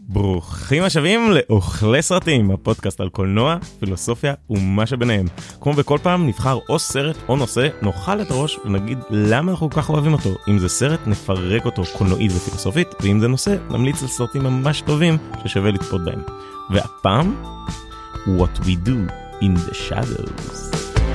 ברוכים השבים לאוכלי סרטים, הפודקאסט על קולנוע, פילוסופיה ומה שביניהם. כמו בכל פעם נבחר או סרט או נושא, נאכל את הראש ונגיד למה אנחנו כל כך אוהבים אותו. אם זה סרט נפרק אותו קולנועית ופילוסופית, ואם זה נושא נמליץ על סרטים ממש טובים ששווה לצפות בהם. והפעם, What We Do in the Shadows.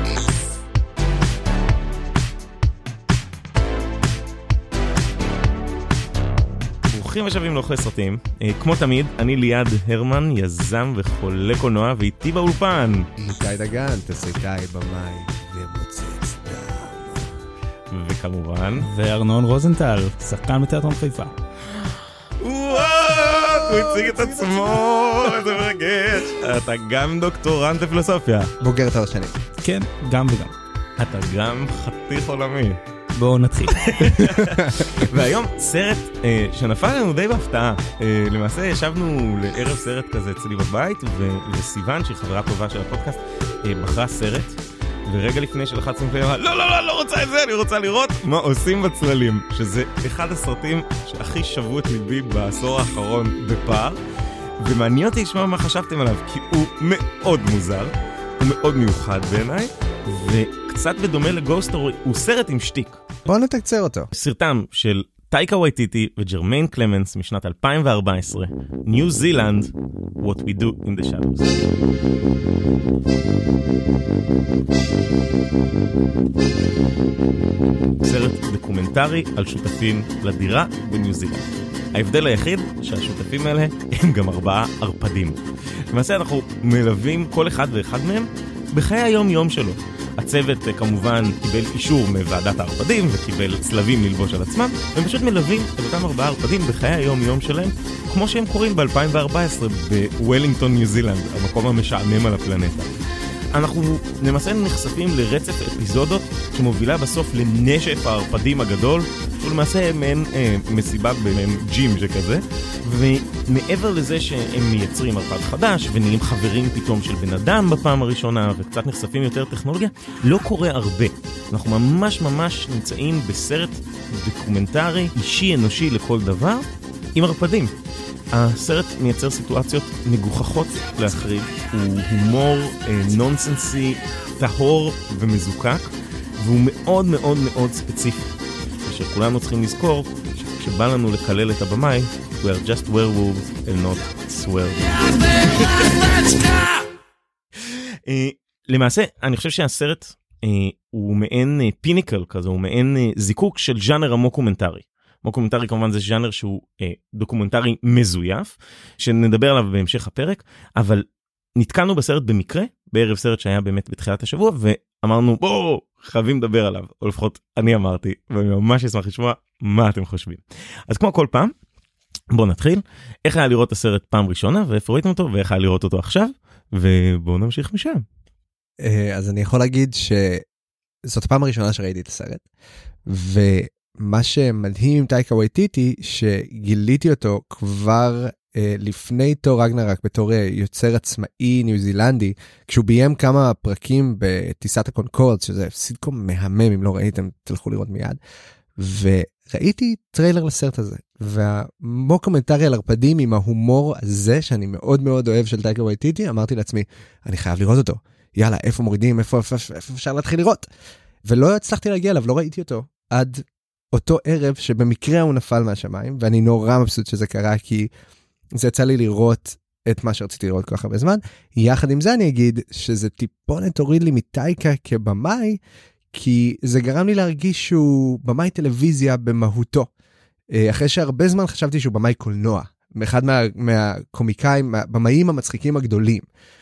ברוכים השבים לאוכלי סרטים. כמו תמיד, אני ליעד הרמן, יזם וחולה קולנוע, ואיתי באולפן איתי דגן, תסריטאי במאי ומוצץ דם. וכמובן וארנון רוזנטל, שחקן בתיאטרון חיפה. וואו, הוא הציג את עצמו, איזה מרגש. אתה גם דוקטורנט לפילוסופיה. בוגר תואר שני. כן, גם וגם. אתה גם חתיך עולמי. בואו נתחיל. והיום סרט שנפל לנו די בהפתעה. למעשה ישבנו לערב סרט כזה אצלי בבית, וסיוון, שהיא חברה טובה של הפודקאסט, בחרה סרט, ורגע לפני שלחצנו פלאים, לא רוצה את זה, אני רוצה לראות מה עושים בצללים, שזה אחד הסרטים שהכי שבו את ליבי בעשור האחרון בפער, ומעניין אותי לשמוע מה חשבתם עליו, כי הוא מאוד מוזר, הוא מאוד מיוחד בעיניי, וקצת בדומה לגוסטורי, הוא סרט עם שטיק. בואו נתקצר אותו. סרטם של טייקה וייטיטי וג'רמיין קלמנס משנת 2014, ניו זילנד, What We Do in the Shadows. סרט דוקומנטרי על שותפים לדירה בניו זילנד. ההבדל היחיד שהשותפים האלה הם גם 4 ערפדים. למעשה אנחנו מלווים כל אחד ואחד מהם בחיי היום-יום שלו. הצוות כמובן קיבל אישור מוועדת הערפדים וקיבל צלבים ללבוש על עצמם, והם פשוט מלווים את אותם 4 ערפדים בחיי היום-יום שלהם, כמו שהם קוראים ב-2014 בוולינגטון, ניו זילנד, המקום המשעמם על הפלנטה. אנחנו למעשה נחשפים לרצף אפיזודות שמובילה בסוף לנשף הערפדים הגדול, שהוא למעשה מעין מסיבה במעין ג'ים שכזה, ומעבר לזה שהם מייצרים ערפד חדש ונהיים חברים פתאום של בן אדם בפעם הראשונה וקצת נחשפים יותר טכנולוגיה, לא קורה הרבה. אנחנו ממש נמצאים בסרט דוקומנטרי אישי אנושי לכל דבר עם ערפדים. הסרט מייצר סיטואציות מגוחכות להחריד, הוא הומור נונסנסי, טהור ומזוקק, והוא מאוד מאוד מאוד ספציפי. שכולנו צריכים לזכור שכשבא לנו לקלל את הבמאי, we are just werewolves and not swear. למעשה, אני חושב שהסרט הוא מעין פיניקל כזה, הוא מעין זיקוק של ז'אנר המוקומנטרי. מוקומנטרי כמובן זה ז'אנר שהוא דוקומנטרי מזויף, שנדבר עליו בהמשך הפרק, אבל נתקענו בסרט במקרה, בערב סרט שהיה באמת בתחילת השבוע, ואמרנו בואו, חייבים לדבר עליו, או לפחות אני אמרתי, ואני ממש אשמח לשמוע מה אתם חושבים. אז כמו כל פעם, בואו נתחיל, איך היה לראות את הסרט פעם ראשונה, ואיפה ראיתם אותו, ואיך היה לראות אותו עכשיו, ובואו נמשיך משם. אז אני יכול להגיד שזאת הפעם הראשונה שראיתי את הסרט, ומה שמדהים עם טייקה וייטיטי, שגיליתי אותו כבר לפני תור רגנרק, בתור יוצר עצמאי ניו זילנדי, כשהוא ביים כמה פרקים בטיסת הקונקורד, שזה סיטקום מהמם, אם לא ראיתם, תלכו לראות מיד, וראיתי טריילר לסרט הזה, והמוקומנטרי על ערפדים עם ההומור הזה, שאני מאוד מאוד אוהב של טייקה וייטיטי, אמרתי לעצמי, אני חייב לראות אותו, יאללה, איפה מורידים, איפה אפשר להתחיל לראות? ולא הצלחתי להגיע אליו, לא ראיתי אותו, עד אותו ערב שבמקרה הוא נפל מהשמיים, ואני נורא מבסוט שזה קרה, כי זה יצא לי לראות את מה שרציתי לראות כל כך הרבה זמן. יחד עם זה אני אגיד שזה טיפונת הוריד לי מטייקה כבמאי, כי זה גרם לי להרגיש שהוא במאי טלוויזיה במהותו. אחרי שהרבה זמן חשבתי שהוא במאי קולנוע, מאחד מהקומיקאים, במאים המצחיקים הגדולים.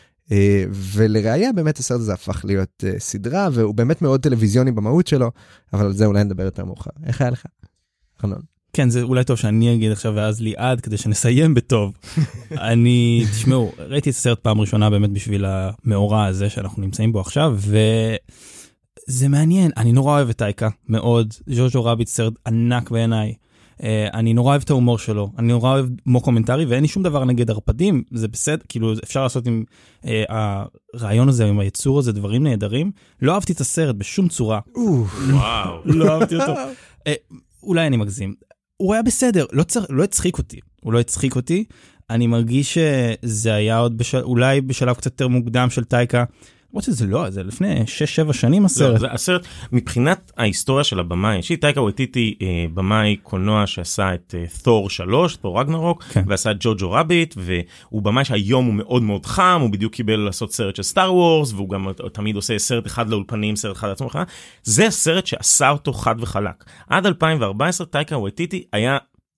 ולראיה באמת הסרט הזה הפך להיות סדרה, והוא באמת מאוד טלוויזיוני במהות שלו, אבל על זה אולי נדבר יותר מאוחר. איך היה לך, חנון? כן, זה אולי טוב שאני אגיד עכשיו ואז ליעד, כדי שנסיים בטוב. תשמעו, ראיתי את הסרט פעם ראשונה באמת בשביל המאורע הזה שאנחנו נמצאים בו עכשיו, וזה מעניין, אני נורא אוהב את טייקה, מאוד. ז'וז'ו רביט סרט ענק בעיניי. אני נורא אוהב את ההומור שלו, אני נורא אוהב מוקומנטרי, ואין לי שום דבר נגד ערפדים, זה בסדר, כאילו אפשר לעשות עם הרעיון הזה, עם היצור הזה, דברים נהדרים. לא אהבתי את הסרט בשום צורה. וואו. לא אהבתי אותו. אולי אני מגזים. הוא היה בסדר, לא הצחיק אותי. הוא לא הצחיק אותי, אני מרגיש שזה היה עוד אולי בשלב קצת יותר מוקדם של טייקה, למרות שזה לא, זה לפני 6-7 שנים הסרט. לא, זה הסרט, מבחינת ההיסטוריה של הבמאי, טייקה וייטיטי, במאי קולנוע שעשה את תור 3, תור רגנרוק, ועשה את ג'וג'ו רביט, והוא במאי שהיום הוא מאוד מאוד חם, הוא בדיוק קיבל לעשות סרט של סטאר וורס, והוא גם תמיד עושה סרט אחד לאולפנים, סרט אחד לעצמו. זה הסרט שעשה אותו חד וחלק. עד 2014 טייקה וייטיטי היה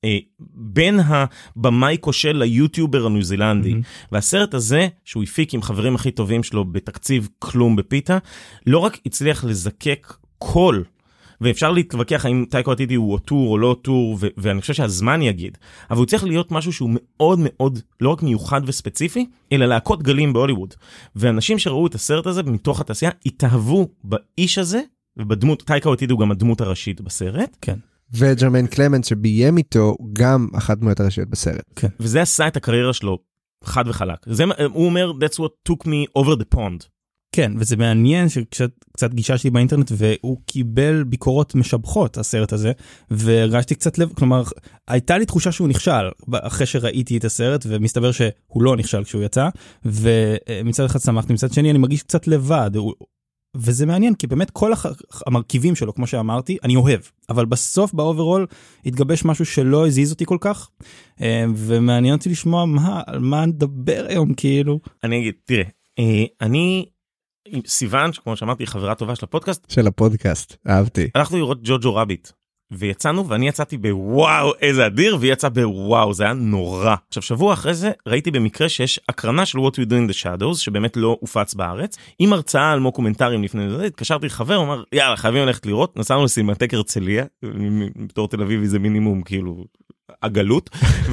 בין הבמאי כושל ליוטיובר הניו-זילנדי, והסרט הזה שהוא הפיק עם חברים הכי טובים שלו בתקציב כלום בפיתה, לא רק הצליח לזקק קול, ואפשר להתווכח האם טייקה וייטיטי הוא אוטור או לא אוטור, ואני חושב שהזמן יגיד, אבל הוא צריך להיות משהו שהוא מאוד מאוד לא רק מיוחד וספציפי, אלא להקות גלים בהוליווד, ואנשים שראו את הסרט הזה מתוך התעשייה התאהבו באיש הזה, ובדמות, טייקה וייטיטי הוא גם הדמות הראשית בסרט. כן. וג'רמיין קלמנט שביים איתו גם אחת דמויות הראשיות בסרט. כן. וזה עשה את הקריירה שלו חד וחלק. הוא אומר, that's what took me over the pond. כן, וזה מעניין שקצת גישה שלי באינטרנט, והוא קיבל ביקורות משבחות, הסרט הזה, והרגשתי קצת לב, כלומר, הייתה לי תחושה שהוא נכשל, אחרי שראיתי את הסרט, ומסתבר שהוא לא נכשל כשהוא יצא, ומצד אחד שמחתי, מצד שני אני מרגיש קצת לבד, וזה מעניין, כי באמת כל המרכיבים שלו, כמו שאמרתי, אני אוהב, אבל בסוף, באוברול, התגבש משהו שלא הזיז אותי כל כך, ומעניין אותי לשמוע על מה נדבר היום, כאילו. אני אגיד, תראה, אני, סיוון, כמו שאמרתי, חברה טובה של הפודקאסט. של הפודקאסט, אהבתי. הלכנו לראות ג'וג'ו רביט, ויצאנו, ואני יצאתי בוואו, איזה אדיר, והיא יצאה בוואו, זה היה נורא. עכשיו, שבוע אחרי זה, ראיתי במקרה שיש הקרנה של What We Do in the Shadows, שבאמת לא הופץ בארץ, עם הרצאה על מוקומנטרים לפני זה, התקשרתי לחבר, אמר, יאללה, חייבים ללכת לראות, נסענו לסינמטק הרצליה, בתור תל אביבי זה מינימום, כאילו, עגלות,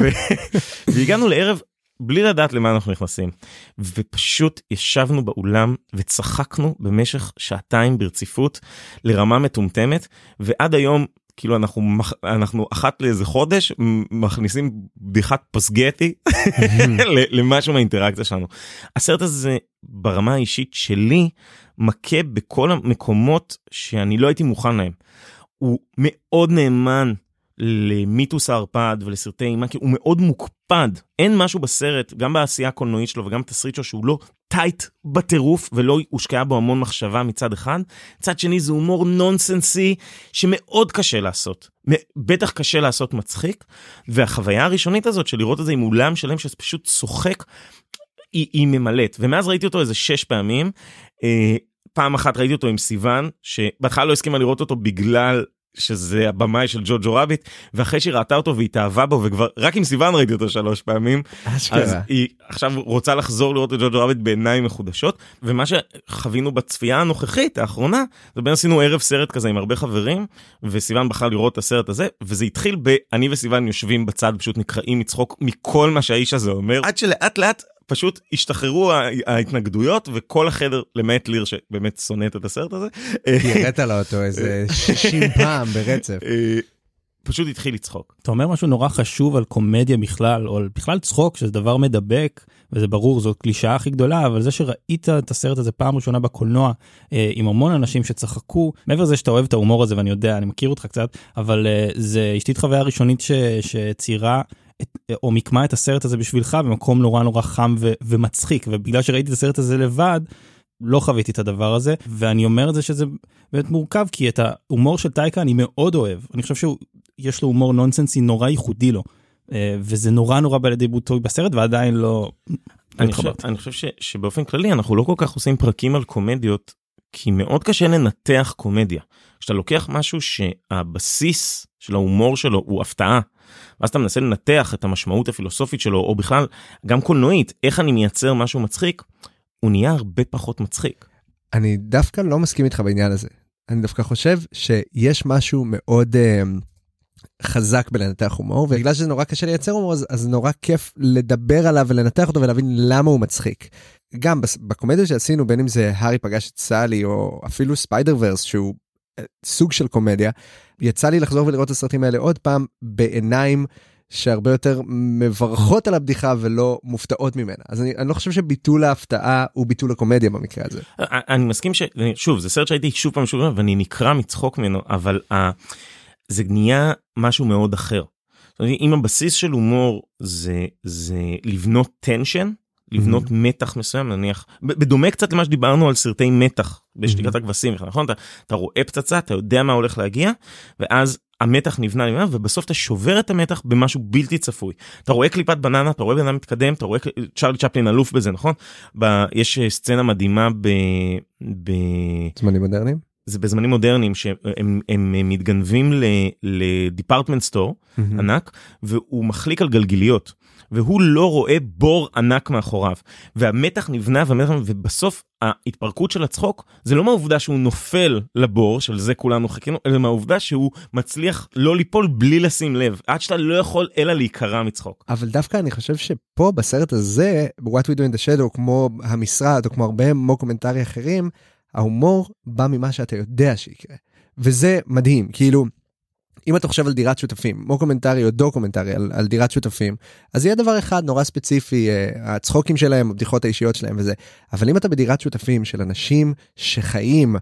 והגענו לערב, בלי לדעת למה אנחנו נכנסים, ופשוט ישבנו באולם וצחקנו במשך שעתיים ברציפות לרמה מטומטמת, ועד היום כאילו אנחנו אחת לאיזה חודש מכניסים בדיחת פסגטי למשהו מהאינטראקציה שלנו. הסרט הזה ברמה האישית שלי מכה בכל המקומות שאני לא הייתי מוכן להם. הוא מאוד נאמן למיתוס הערפד ולסרטי אימה, כי הוא מאוד מוקפד. אין משהו בסרט, גם בעשייה הקולנועית שלו וגם בתסריט שלו, שהוא לא טייט בטירוף ולא הושקעה בו המון מחשבה מצד אחד. צד שני זה הומור נונסנסי שמאוד קשה לעשות. בטח קשה לעשות מצחיק, והחוויה הראשונית הזאת של לראות את זה עם אולם שלם שפשוט צוחק, היא ממלאת. ומאז ראיתי אותו איזה 6 פעמים. פעם אחת ראיתי אותו עם סיוון, שבהתחלה לא הסכימה לראות אותו בגלל שזה הבמאי של ג'וג'ו רביט, ואחרי שהיא ראתה אותו והתאהבה בו, וכבר רק עם סיוון ראיתי אותו 3 פעמים, אז היא עכשיו רוצה לחזור לראות את ג'וג'ו רביט בעיניים מחודשות, ומה שחווינו בצפייה הנוכחית, האחרונה, זה בין עשינו ערב סרט כזה עם הרבה חברים, וסיוון בחר לראות את הסרט הזה, וזה התחיל אני וסיוון יושבים בצד, פשוט נקראים מצחוק מכל מה שהאיש הזה אומר, עד שלאט לאט פשוט השתחררו ההתנגדויות, וכל החדר, למעט ליר שבאמת שונאת את הסרט הזה. יראת לו אותו איזה 60 פעם ברצף. פשוט התחיל לצחוק. אתה אומר משהו נורא חשוב על קומדיה בכלל, או בכלל צחוק, שזה דבר מדבק, וזה ברור, זאת קלישאה הכי גדולה, אבל זה שראית את הסרט הזה פעם ראשונה בקולנוע, עם המון אנשים שצחקו, מעבר לזה שאתה אוהב את ההומור הזה, ואני יודע, אני מכיר אותך קצת, אבל זה אשתית חוויה ראשונית שציירה, או מקמה את הסרט הזה בשבילך במקום נורא נורא חם ומצחיק, ובגלל שראיתי את הסרט הזה לבד, לא חוויתי את הדבר הזה, ואני אומר את זה שזה באמת מורכב, כי את ההומור של טייקה אני מאוד אוהב, אני חושב שיש לו הומור נונסנסי נורא ייחודי לו, וזה נורא נורא בא לידי ביטוי בסרט, ועדיין לא אני חושב שבאופן כללי אנחנו לא כל כך עושים פרקים על קומדיות, כי מאוד קשה לנתח קומדיה. כשאתה לוקח משהו שהבסיס של ההומור שלו הוא הפתעה, ואז אתה מנסה לנתח את המשמעות הפילוסופית שלו, או בכלל, גם קולנועית, איך אני מייצר משהו מצחיק, הוא נהיה הרבה פחות מצחיק. אני דווקא לא מסכים איתך בעניין הזה. אני דווקא חושב שיש משהו מאוד חזק בלנתח הומור, ובגלל שזה נורא קשה לייצר הומור, אז נורא כיף לדבר עליו ולנתח אותו ולהבין למה הוא מצחיק. גם בקומדיה שעשינו, בין אם זה הארי פגש את סלי, או אפילו ספיידר ורס, שהוא סוג של קומדיה, יצא לי לחזור ולראות את הסרטים האלה עוד פעם, בעיניים שהרבה יותר מברכות על הבדיחה ולא מופתעות ממנה. אז אני לא חושב שביטול ההפתעה הוא ביטול הקומדיה במקרה הזה. אני מסכים שוב, זה סרט שהייתי שוב פעם ואני נקרא מצחוק ממנו, אבל זה נהיה משהו מאוד אחר. אם הבסיס של הומור זה לבנות טנשן, לבנות מתח מסוים, נניח, בדומה קצת למה שדיברנו על סרטי מתח, בשתיקת הכבשים, נכון? אתה רואה פצצה, אתה יודע מה הולך להגיע, ואז המתח נבנה, ובסוף אתה שובר את המתח במשהו בלתי צפוי. אתה רואה קליפת בננה, אתה רואה בננה מתקדם, אתה רואה צ'רלי צ'פלין אלוף בזה, נכון? יש סצנה מדהימה זמנים מודרניים? זה בזמנים מודרניים שהם מתגנבים לדיפרטמנט סטור ענק, והוא מחליק על גלגיליות, והוא לא רואה בור ענק מאחוריו, והמתח נבנה, ובסוף ההתפרקות של הצחוק, זה לא מהעובדה שהוא נופל לבור, של זה כולנו חיכינו, אלא מהעובדה שהוא מצליח לא ליפול בלי לשים לב, עד שאתה לא יכול אלא להיקרא מצחוק. אבל דווקא אני חושב שפה בסרט הזה, ב-What We Do in the Shadow, כמו המשרד, או כמו הרבה מוקומנטרי אחרים, ההומור בא ממה שאתה יודע שיקרה. וזה מדהים, כאילו, אם אתה חושב על דירת שותפים, מוקומנטרי או דוקומנטרי על דירת שותפים, אז יהיה דבר אחד נורא ספציפי, הצחוקים שלהם, הבדיחות האישיות שלהם וזה. אבל אם אתה בדירת שותפים של אנשים שחיים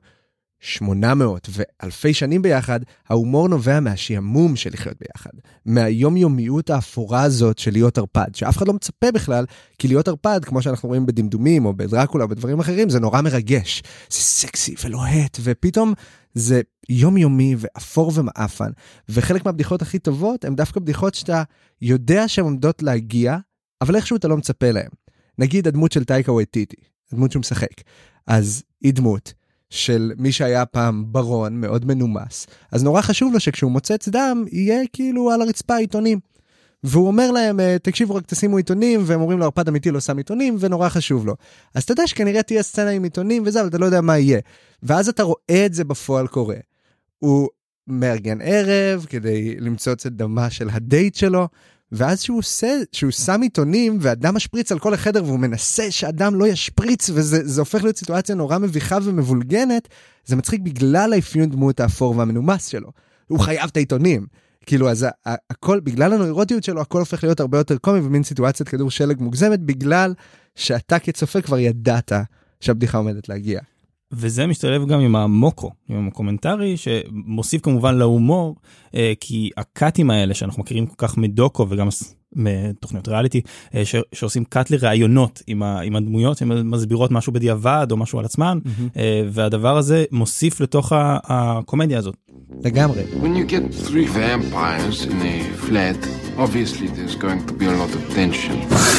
800 ואלפי שנים ביחד, ההומור נובע מהשעמום של לחיות ביחד. מהיומיומיות האפורה הזאת של להיות ערפד, שאף אחד לא מצפה בכלל, כי להיות ערפד, כמו שאנחנו רואים בדמדומים או בדרקולה או בדברים אחרים, זה נורא מרגש. זה סקסי ולוהט, ופתאום זה יומיומי ואפור ומאפן. וחלק מהבדיחות הכי טובות, הן דווקא בדיחות שאתה יודע שהן עומדות להגיע, אבל איכשהו אתה לא מצפה להן. נגיד הדמות של טייקה וייטיטי, הדמות שהוא משחק. אז היא דמות של מי שהיה פעם ברון מאוד מנומס, אז נורא חשוב לו שכשהוא מוצץ דם, יהיה כאילו על הרצפה עיתונים. והוא אומר להם, תקשיבו רק תשימו עיתונים, והם אומרים לו, ערפד אמיתי לא שם עיתונים, ונורא חשוב לו. אז אתה יודע שכנראה תהיה סצנה עם עיתונים וזה, אבל אתה לא יודע מה יהיה. ואז אתה רואה את זה בפועל קורה. הוא מארגן ערב, כדי למצוץ את דמה של הדייט שלו, ואז שהוא שם עיתונים, ואדם משפריץ על כל החדר, והוא מנסה שאדם לא ישפריץ, וזה הופך להיות סיטואציה נורא מביכה ומבולגנת, זה מצחיק בגלל האפיון דמות האפור והמנומס שלו. הוא חייב את העיתונים. כאילו, אז הכל, בגלל הנוירוטיות שלו, הכל הופך להיות הרבה יותר קומי, ומין סיטואציית כדור שלג מוגזמת, בגלל שאתה כצופה כבר ידעת שהבדיחה עומדת להגיע. וזה משתלב גם עם המוקו, עם הקומנטרי, שמוסיף כמובן להומור, כי הקאטים האלה שאנחנו מכירים כל כך מדוקו, וגם מתוכניות ריאליטי, שעושים קאט לראיונות עם הדמויות, שהן מסבירות משהו בדיעבד, או משהו על עצמן, והדבר הזה מוסיף לתוך הקומדיה הזאת. לגמרי. When you get 3 vampires in a flat, obviously there's going to be a lot of tension.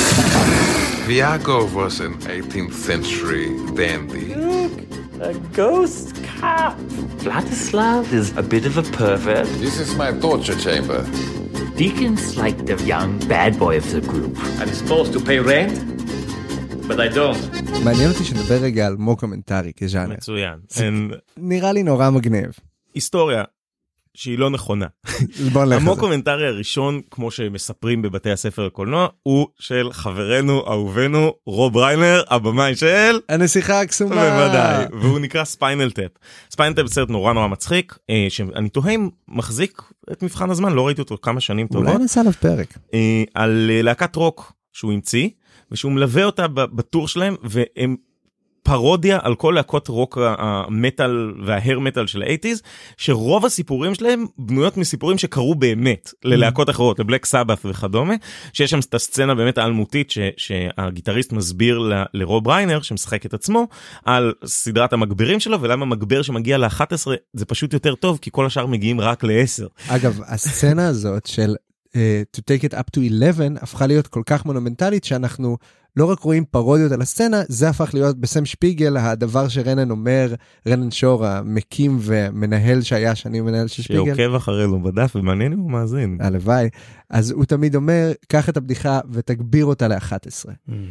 Viago was an 18th century dandy. Look, a ghost cop. Vladislav is a bit of a pervert. This is my torture chamber. Deacon's like the young bad boy of the group. I'm supposed to pay rent, but I don't. מעניין אותי שנדבר רגע על מוקומנטרי כז'אנר. מצוין. נראה לי נורא מגניב. היסטוריה שהיא לא נכונה. המוקומנטרי הראשון, כמו שמספרים בבתי הספר לקולנוע, הוא של חברנו, אהובנו, רוב ריינר, הבמאי של הנסיכה הקסומה. בוודאי, והוא נקרא ספיינל טאפ. ספיינל טאפ סרט נורא נורא מצחיק, שאני תוהה אם מחזיק את מבחן הזמן, לא ראיתי אותו כמה שנים טובות. אולי נעשה עליו פרק. על להקת רוק שהוא המציא, ושהוא מלווה אותה בטור שלהם, והם פרודיה על כל להקות רוק המטל וההר מטל של ה-80s, שרוב הסיפורים שלהם בנויות מסיפורים שקרו באמת ללהקות אחרות, לבלק סבת וכדומה, שיש שם את הסצנה באמת האלמותית שהגיטריסט מסביר לרוב ריינר, שמשחק את עצמו, על סדרת המגברים שלו, ולמה מגבר שמגיע ל-11 זה פשוט יותר טוב, כי כל השאר מגיעים רק ל-10. אגב, הסצנה הזאת של to take it up to 11 הפכה להיות כל כך מונומנטלית שאנחנו לא רק רואים פרודיות על הסצנה, זה הפך להיות בסם שפיגל, הדבר שרנן אומר, רנן שור, המקים ומנהל שהיה שנים מנהל של שפיגל. שעוקב אחרינו בדף ומעניין אם הוא מאזין. הלוואי. אז הוא תמיד אומר, קח את הבדיחה ותגביר אותה ל-11.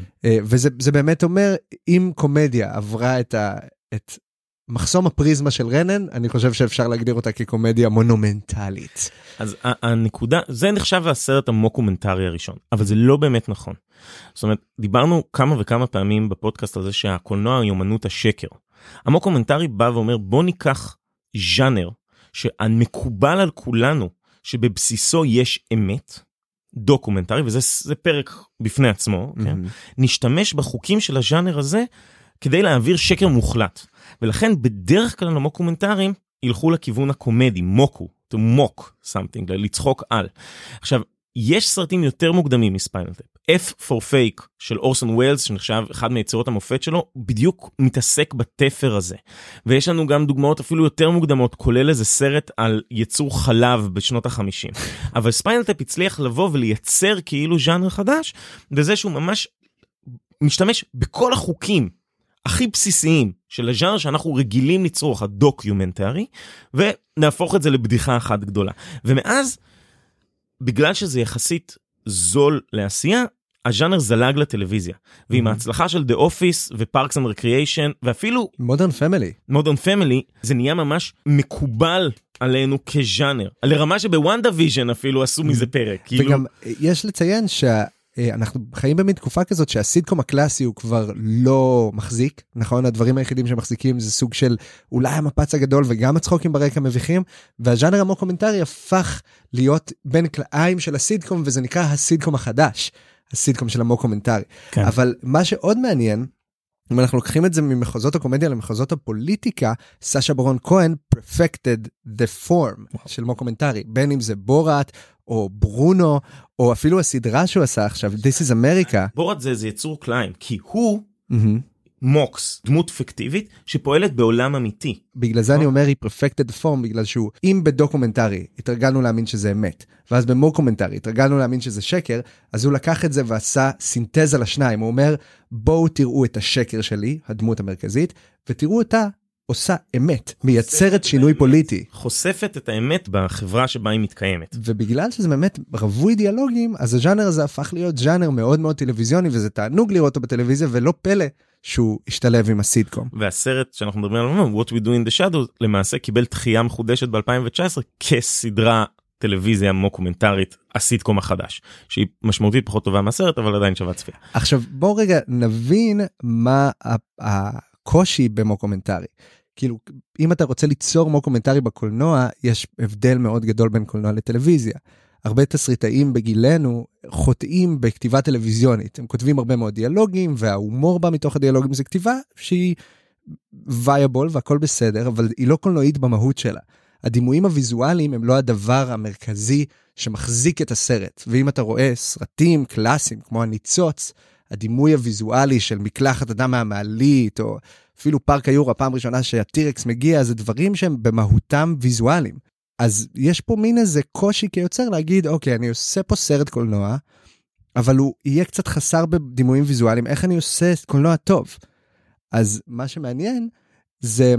וזה באמת אומר, אם קומדיה עברה את מחסום הפריזמה של רנן, אני חושב שאפשר להגדיר אותה כקומדיה מונומנטלית. אז הנקודה, זה נחשב הסרט המוקומנטרי הראשון, אבל זה לא באמת נכון. זאת אומרת, דיברנו כמה וכמה פעמים בפודקאסט הזה שהקולנוע היא אומנות השקר. המוקומנטרי בא ואומר, בוא ניקח ז'אנר שמקובל על כולנו, שבבסיסו יש אמת, דוקומנטרי, וזה פרק בפני עצמו, כן? נשתמש בחוקים של הז'אנר הזה, כדי להעביר שקר מוחלט. ולכן בדרך כלל המוקומנטרים ילכו לכיוון הקומדי, מוקו, to mock something, לצחוק על. עכשיו, יש סרטים יותר מוקדמים מספיינל טאפ. F for Fake של אורסון ווילס, שנחשב אחד מיצירות המופת שלו, בדיוק מתעסק בתפר הזה. ויש לנו גם דוגמאות אפילו יותר מוקדמות, כולל איזה סרט על יצור חלב בשנות ה-50. אבל ספיינל טאפ הצליח לבוא ולייצר כאילו ז'אנר חדש, וזה שהוא ממש משתמש בכל החוקים הכי בסיסיים של הז'אנר שאנחנו רגילים לצרוך, הדוקיומנטרי, ונהפוך את זה לבדיחה אחת גדולה. ומאז, בגלל שזה יחסית זול לעשייה, הז'אנר זלג לטלוויזיה. ועם ההצלחה של The Office ו-Parks and Recreation, ואפילו Modern Family, זה נהיה ממש מקובל עלינו כז'אנר. לרמה שבוונדה ויז'ן אפילו עשו מזה פרק. וגם יש לציין אנחנו חיים במין תקופה כזאת שהסיטקום הקלאסי הוא כבר לא מחזיק, נכון? הדברים היחידים שמחזיקים זה סוג של אולי המפץ הגדול וגם הצחוקים ברקע מביכים, והז'אנר המוקומנטרי הפך להיות בין כלאיים של הסיטקום, וזה נקרא הסיטקום החדש, הסיטקום של המוקומנטרי. כן. אבל מה שעוד מעניין, אם אנחנו לוקחים את זה ממחוזות הקומדיה למחוזות הפוליטיקה, סשה ברון כהן perfected the form של מוקומנטרי, בין אם זה בורת, או ברונו, או אפילו הסדרה שהוא עשה עכשיו, This is America. בורת זה יצור קליין, כי הוא מוקס, דמות פיקטיבית, שפועלת בעולם אמיתי. בגלל זה אני אומר, היא perfected the form, בגלל שהוא, אם בדוקומנטרי התרגלנו להאמין שזה אמת, ואז במוקומנטרי התרגלנו להאמין שזה שקר, אז הוא לקח את זה ועשה סינתזה לשניים. הוא אומר, בואו תראו את השקר שלי, הדמות המרכזית, ותראו אותה עושה אמת, מייצרת שינוי פוליטי. חושפת את האמת בחברה שבה היא מתקיימת. ובגלל שזה באמת רווי דיאלוגים, אז הז'אנר הזה הפך להיות ז'אנר מאוד מאוד טלוויזיוני, וזה תענוג לראות אותו בטלוויזיה, ולא פלא שהוא השתלב עם הסיטקום. והסרט שאנחנו מדברים עליו, What We Do in the Shadows, למעשה קיבל דחייה מחודשת ב-2019, כסדרה טלוויזיה מוקומנטרית, הסיטקום החדש, שהיא משמעותית פחות טובה מהסרט, אבל עדיין שווה צפייה. עכשיו בואו רגע נבין מה הקושי במוקומנטרי. כאילו, אם אתה רוצה ליצור מוקומנטרי בקולנוע, יש הבדל מאוד גדול בין קולנוע לטלוויזיה. הרבה תסריטאים בגילנו חוטאים בכתיבה טלוויזיונית. הם כותבים הרבה מאוד דיאלוגים, וההומור בה מתוך הדיאלוגים זה כתיבה שהיא וייבול והכל בסדר, אבל היא לא קולנועית במהות שלה. הדימויים הוויזואליים הם לא הדבר המרכזי שמחזיק את הסרט. ואם אתה רואה סרטים קלאסיים כמו הניצוץ, הדימוי הוויזואלי של מקלחת אדם מהמעלית, או אפילו פארק היורה, פעם ראשונה שהטירקס מגיע, זה דברים שהם במהותם ויזואליים. אז יש פה מין איזה קושי כיוצר להגיד, אוקיי, אני עושה פה סרט קולנוע, אבל הוא יהיה קצת חסר בדימויים ויזואליים, איך אני עושה קולנוע טוב? אז מה שמעניין זה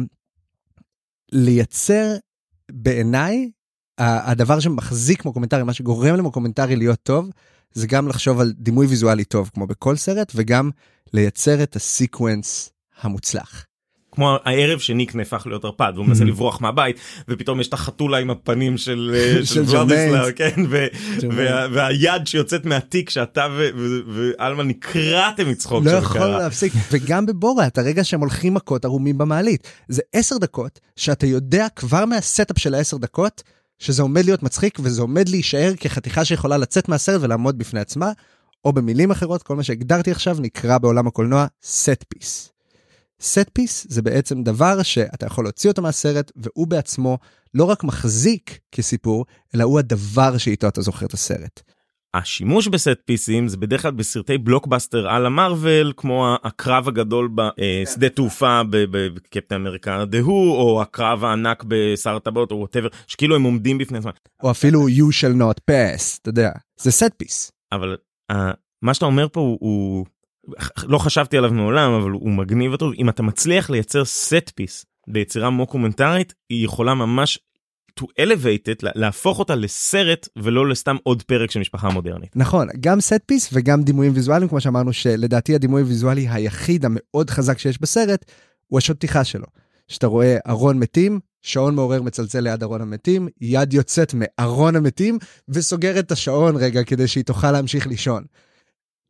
לייצר בעיניי, הדבר שמחזיק מוקומנטרי, מה שגורם למוקומנטרי להיות טוב, זה גם לחשוב על דימוי ויזואלי טוב, כמו בכל סרט, וגם לייצר את הסיקוונס המוצלח. כמו הערב שניק נהפך להיות ערפד, והוא מנסה לברוח מהבית, ופתאום יש את החתולה עם הפנים של ולדיסלאו, כן, והיד שיוצאת מהתיק, שאתה ואלמה נקראתם מצחוק. לא יכול להפסיק, וגם בבורת, הרגע שהם הולכים מכות ערומים במעלית, זה 10 דקות, שאתה יודע כבר מהסטאפ של 10 דקות, שזה עומד להיות מצחיק, וזה עומד להישאר כחתיכה שיכולה לצאת מהסרט ולעמוד בפני עצמה, או במילים אחרות, כל מה שהגדרתי עכשיו נקרא בעולם הקולנוע set piece. set piece זה בעצם דבר שאתה יכול להוציא אותו מהסרט, והוא בעצמו לא רק מחזיק כסיפור, אלא הוא הדבר שאיתו אתה זוכר את הסרט. השימוש בסט פיסים זה בדרך כלל בסרטי בלוקבאסטר על המרוול, כמו הקרב הגדול בשדה תעופה בקפטן אמריקה The Who, או הקרב הענק בשר הטבעות, או whatever, שכאילו הם עומדים בפני עצמם. או אפילו You shall not pass, אתה יודע, זה סט פיס. אבל מה שאתה אומר פה הוא לא חשבתי עליו מעולם, אבל הוא מגניב אותו. אם אתה מצליח לייצר סט פיס ביצירה מוקומנטרית, היא יכולה ממש to elevate it, להפוך אותה לסרט ולא לסתם עוד פרק של משפחה מודרנית. נכון, גם סט פיס וגם דימויים ויזואליים, כמו שאמרנו שלדעתי הדימוי ויזואלי היחיד המאוד חזק שיש בסרט, הוא השוטיחה שלו. שאתה רואה ארון מתים, שעון מעורר מצלצל ליד ארון המתים, יד יוצאת מארון המתים, וסוגרת את השעון רגע כדי שהיא תוכל להמשיך לישון.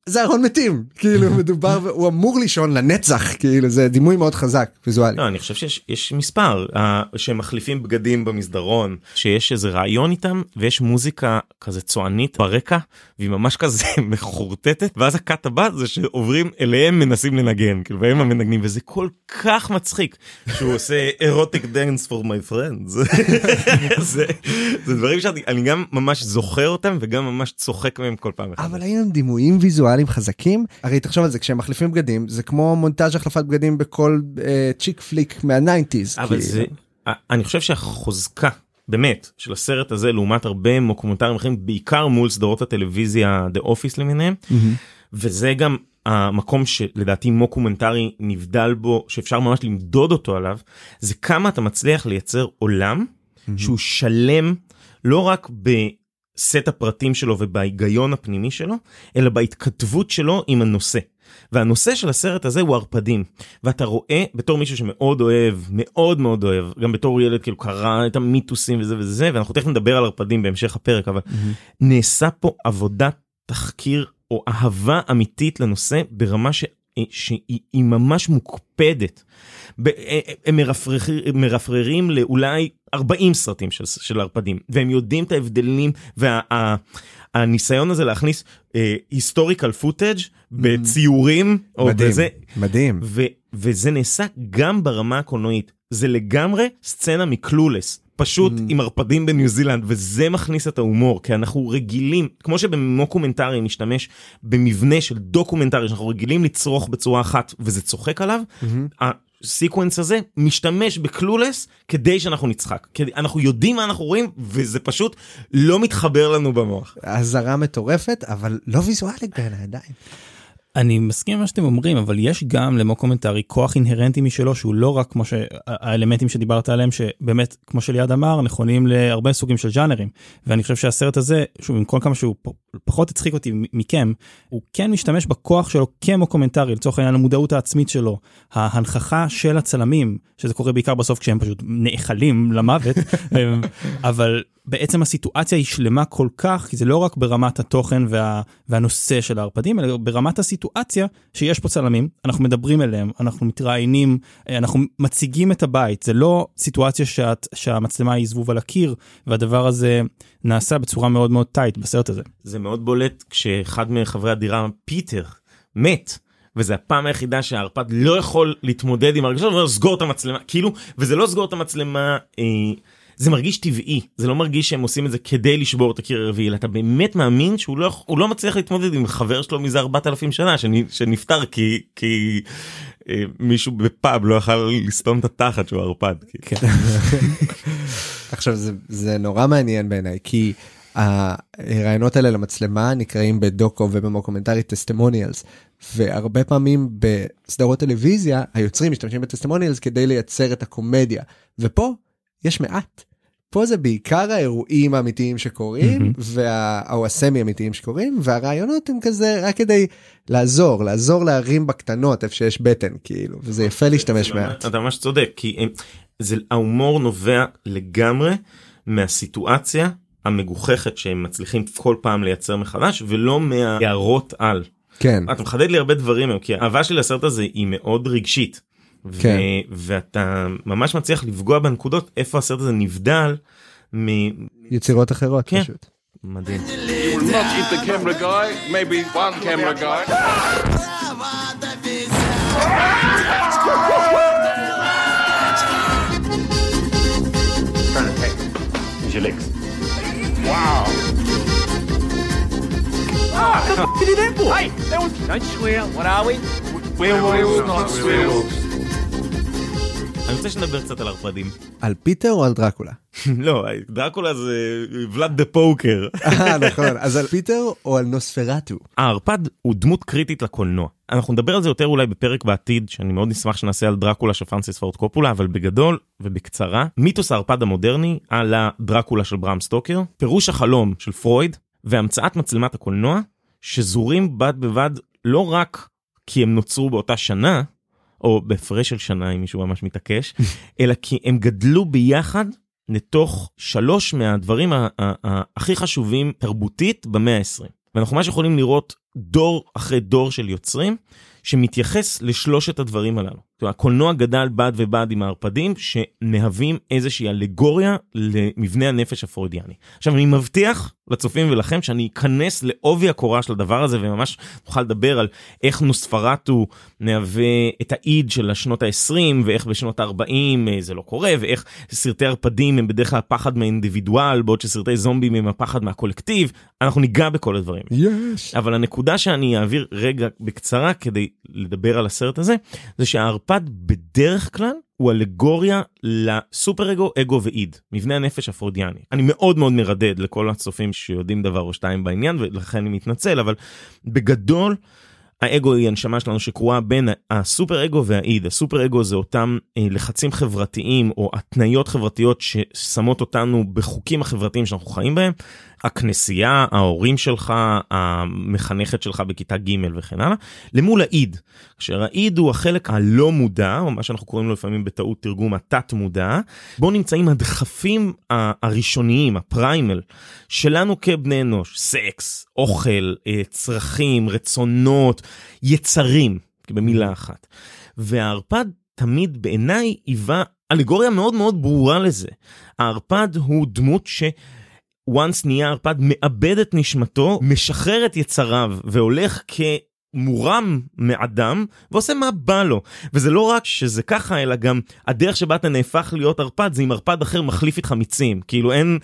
זה ארון מתים, כאילו מדובר, הוא אמור לישון לנצח, כאילו זה דימוי מאוד חזק, ויזואלי. לא, אני חושב שיש מספר, שהם מחליפים בגדים במסדרון, שיש איזה רעיון איתם, ויש מוזיקה כזה צוענית ברקע, והיא ממש כזה מחורטטת, ואז הקאט הבא זה שעוברים אליהם מנסים לנגן, כאילו, והם המנגנים, וזה כל כך מצחיק, שהוא עושה erotic dance for my friends. זה דברים שאני גם ממש זוכר אותם, וגם ממש צוחק מהם כל פעם. אבל היינו דימויים ויזואליים חזקים, הרי תחשוב על זה, כשהם מחליפים בגדים, זה כמו מונטאז' החלפת בגדים בכל צ'יק פליק מה-90s. אבל זה, אני חושב שהחוזקה, באמת, של הסרט הזה, לעומת הרבה מוקומנטרים אחרים, בעיקר מול סדרות הטלוויזיה, The Office למיניהם, וזה גם המקום שלדעתי מוקומנטרי נבדל בו, שאפשר ממש למדוד אותו עליו, זה כמה אתה מצליח לייצר עולם, שהוא שלם, לא רק בסט הפרטים שלו ובהיגיון הפנימי שלו, אלא בהתכתבות שלו עם הנושא. והנושא של הסרט הזה הוא ערפדים. ואתה רואה בתור מישהו שמאוד אוהב, מאוד מאוד אוהב, גם בתור ילד כאילו קרא את המיתוסים וזה וזה, ואנחנו תכף נדבר על ערפדים בהמשך הפרק, אבל נעשה פה עבודת תחקיר או אהבה אמיתית לנושא ברמה שהיא ממש מוקפדת. הם מרפררים לאולי 40 סרטים של ערפדים, והם יודעים את ההבדלים, והניסיון הזה להכניס היסטוריקל פוטאג' בציורים, מדהים. וזה נעשה גם ברמה הקולנועית, זה לגמרי סצנה מקלולס, פשוט עם ערפדים בניו זילנד, וזה מכניס את ההומור, כי אנחנו רגילים, כמו שבמוקומנטרי נשתמש במבנה של דוקומנטרי, שאנחנו רגילים לצרוך בצורה אחת, וזה צוחק עליו, הסיקוונס הזה משתמש בקלולס, כדי שאנחנו נצחק. אנחנו יודעים מה אנחנו רואים, וזה פשוט לא מתחבר לנו במוח. הזרה מטורפת, אבל לא ויזואלית בין הידיים. אני מסכים מה שאתם אומרים, אבל יש גם למוקומנטרי כוח אינהרנטי משלו, שהוא לא רק כמו האלמנטים שדיברת עליהם, שבאמת, כמו שליד אמר, נכונים להרבה סוגים של ז'אנרים. ואני חושב שהסרט הזה, שוב, עם כל כמה שהוא פחות הצחיק אותי מכם, הוא כן משתמש בכוח שלו כמוקומנטרי, לצורך העניין המודעות העצמית שלו, ההנכחה של הצלמים, שזה קורה בעיקר בסוף כשהם פשוט נאכלים למוות, אבל בעצם הסיטואציה היא שלמה כל כך, כי זה לא רק ברמת התוכן והנושא של הערפדים, אלא ברמת הסיטואציה שיש פה צלמים, אנחנו מדברים אליהם, אנחנו מתראיינים, אנחנו מציגים את הבית, זה לא סיטואציה שהמצלמה היא זבוב על הקיר, והדבר הזה נעשה בצורה מאוד מאוד טייט בסרט הזה. זה מאוד בולט כשאחד מחברי הדירה, פיטר, מת, וזה הפעם היחידה שהערפד לא יכול להתמודד עם הרגשות, הוא סגור את המצלמה, כאילו, וזה לא סגור את המצלמה, זה מרגיש טבעי, זה לא מרגיש שהם עושים את זה כדי לשבור את הקיר הרביעי, אלא אתה באמת מאמין שהוא לא מצליח להתמודד עם חבר שלו מזה 4,000 שנה, שנפטר כי מישהו בפאב לא יכל לסתום את התחת שהוא ערפד. עכשיו זה נורא מעניין בעיניי, כי הרעיונות האלה למצלמה נקראים בדוקו ובמוקומנטרי טסטימוניאלס, והרבה פעמים בסדרות טלוויזיה היוצרים משתמשים בטסטימוניאלס כדי לייצר את הקומדיה, ופה יש מעט. פה זה בעיקר האירועים האמיתיים שקורים, או הסמי אמיתיים שקורים, והרעיונות הם כזה רק כדי לעזור להרים בקטנות איפה שיש בטן, כאילו, וזה יפה להשתמש מעט. אתה ממש צודק, כי ההומור נובע לגמרי מהסיטואציה המגוחכת שהם מצליחים כל פעם לייצר מחדש, ולא מהערות על. כן. אתה מחדד לי הרבה דברים, כי האהבה שלי לסרט הזה היא מאוד רגשית. כן. ואתה ממש מצליח לפגוע בנקודות איפה הסרט הזה נבדל יצירות אחרות. כן. פשוט. מדהים. You will not eat the camera guy, maybe one camera guy. Trying to take. Use your legs. Wow. What the f*** did you do that for? Hey, that was... Don't swear. What are we? Werewolves, not werewolves. אני רוצה שנדבר קצת על ערפדים. על פיטר או על דרקולה? לא, דרקולה זה ולד דה פוקר. נכון, אז על פיטר או על נוספרטו? הערפד הוא דמות קריטית לקולנוע. אנחנו נדבר על זה יותר אולי בפרק בעתיד, שאני מאוד נשמח שנעשה על דרקולה של פרנסיס פורד קופולה, אבל בגדול ובקצרה, מיתוס הערפד המודרני על הדרקולה של ברם סטוקר, פירוש החלום של פרויד, והמצאת מצלמת הקולנוע, שזורים בד בבד לא רק כי הם נוצרו באותה שנה, או בהפרש של שנה, אם מישהו ממש מתעקש, אלא כי הם גדלו ביחד לתוך 3 מהדברים הכי חשובים תרבותית במאה ה-20. ואנחנו ממש יכולים לראות דור אחרי דור של יוצרים, שמתייחס לשלושת הדברים הללו. הקולנוע גדל בד ובד עם הערפדים, שנהווים איזושהי אלגוריה למבנה הנפש הפרוידיאני. עכשיו, אני מבטיח לצופים ולכם שאני אכנס לעובי הקורה של הדבר הזה, וממש נוכל לדבר על איך נוספרטו נהווה את העיד של השנות ה-20, ואיך בשנות ה-40 זה לא קורה, ואיך סרטי ערפדים הם בדרך כלל הפחד מהאינדיבידואל, בעוד שסרטי זומבים הם הפחד מהקולקטיב. אנחנו ניגע בכל הדברים. יש. אבל הנקודה שאני אעביר רגע בקצרה כדי לדבר על הסרט הזה, זה שהערפד בדרך כלל הוא אלגוריה לסופר אגו, אגו ואיד, מבנה הנפש הפרוידיאני. אני מאוד מאוד מרדד לכל הצופים שיודעים דבר או שתיים בעניין, ולכן אני מתנצל, אבל בגדול, האגו היא הנשמה שלנו שקרואה בין הסופר אגו והאיד. הסופר אגו זה אותם לחצים חברתיים או התניות חברתיות ששמות אותנו בחוקים החברתיים שאנחנו חיים בהם. הכנסייה, ההורים שלך, המחנכת שלך בכיתה ג' וכן הלאה, למול האיד. כאשר האיד הוא החלק הלא מודע, או מה שאנחנו קוראים לו לפעמים בטעות תרגום התת מודע, בו נמצאים הדחפים הראשוניים, הפריימל, שלנו כבני אנוש, סקס, אוכל, צרכים, רצונות, יצרים, במילה אחת. והערפד תמיד בעיניי היווה אלגוריה מאוד מאוד ברורה לזה. הערפד הוא דמות once נהיה ערפד מאבד את נשמתו, משחרר את יצריו והולך כמורם מאדם ועושה מה בא לו. וזה לא רק שזה ככה, אלא גם הדרך שבה אתה נהפך להיות ערפד זה אם ערפד אחר מחליף איתך מיצים. כאילו אין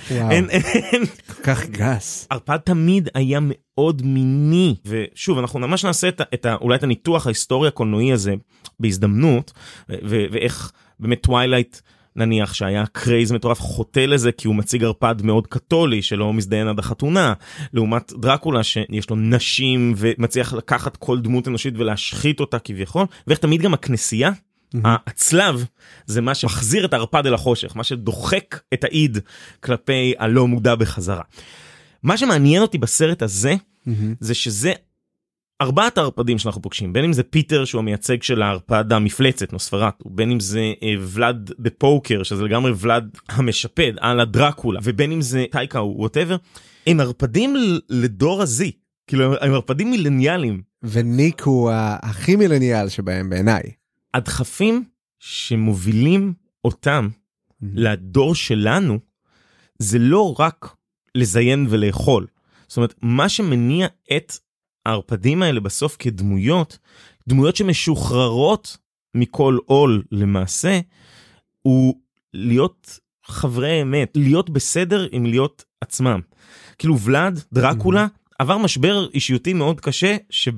כל כך גס. ערפד תמיד היה מאוד מיני. ושוב, אנחנו ממש נעשה אולי את הניתוח ההיסטורי הקולנועי הזה בהזדמנות, ואיך באמת טווילייט נניח שהיה קרייז מטורף חוטא לזה כי הוא מציג ערפד מאוד קתולי שלא מזדיין עד החתונה, לעומת דרקולה שיש לו נשים ומצליח לקחת כל דמות אנושית ולהשחית אותה כביכול, ואיך תמיד גם הכנסייה, הצלב, זה מה שמחזיר את הערפד אל החושך, מה שדוחק את העיד כלפי הלא מודע בחזרה. מה שמעניין אותי בסרט הזה, זה שזה ארבעת הערפדים שאנחנו פוגשים, בין אם זה פיטר שהוא המייצג של הערפד המפלצת, נוספרטו, בין אם זה ולד בפוקר, שזה לגמרי ולד המשפד, על הדרקולה, ובין אם זה טייקה או whatever, הם ערפדים לדור הזי, כאילו הם ערפדים מילניאליים. וניק הוא הכי מילניאל שבהם בעיניי. הדחפים שמובילים אותם לדור שלנו, זה לא רק לזיין ולאכול. זאת אומרת, מה שמניע את הערפדים האלה בסוף כדמויות, דמויות שמשוחררות מכל עול למעשה, הוא להיות חברי אמת, להיות בסדר עם להיות עצמם. כאילו ולד, דרקולה, עבר משבר אישיותי מאוד קשה,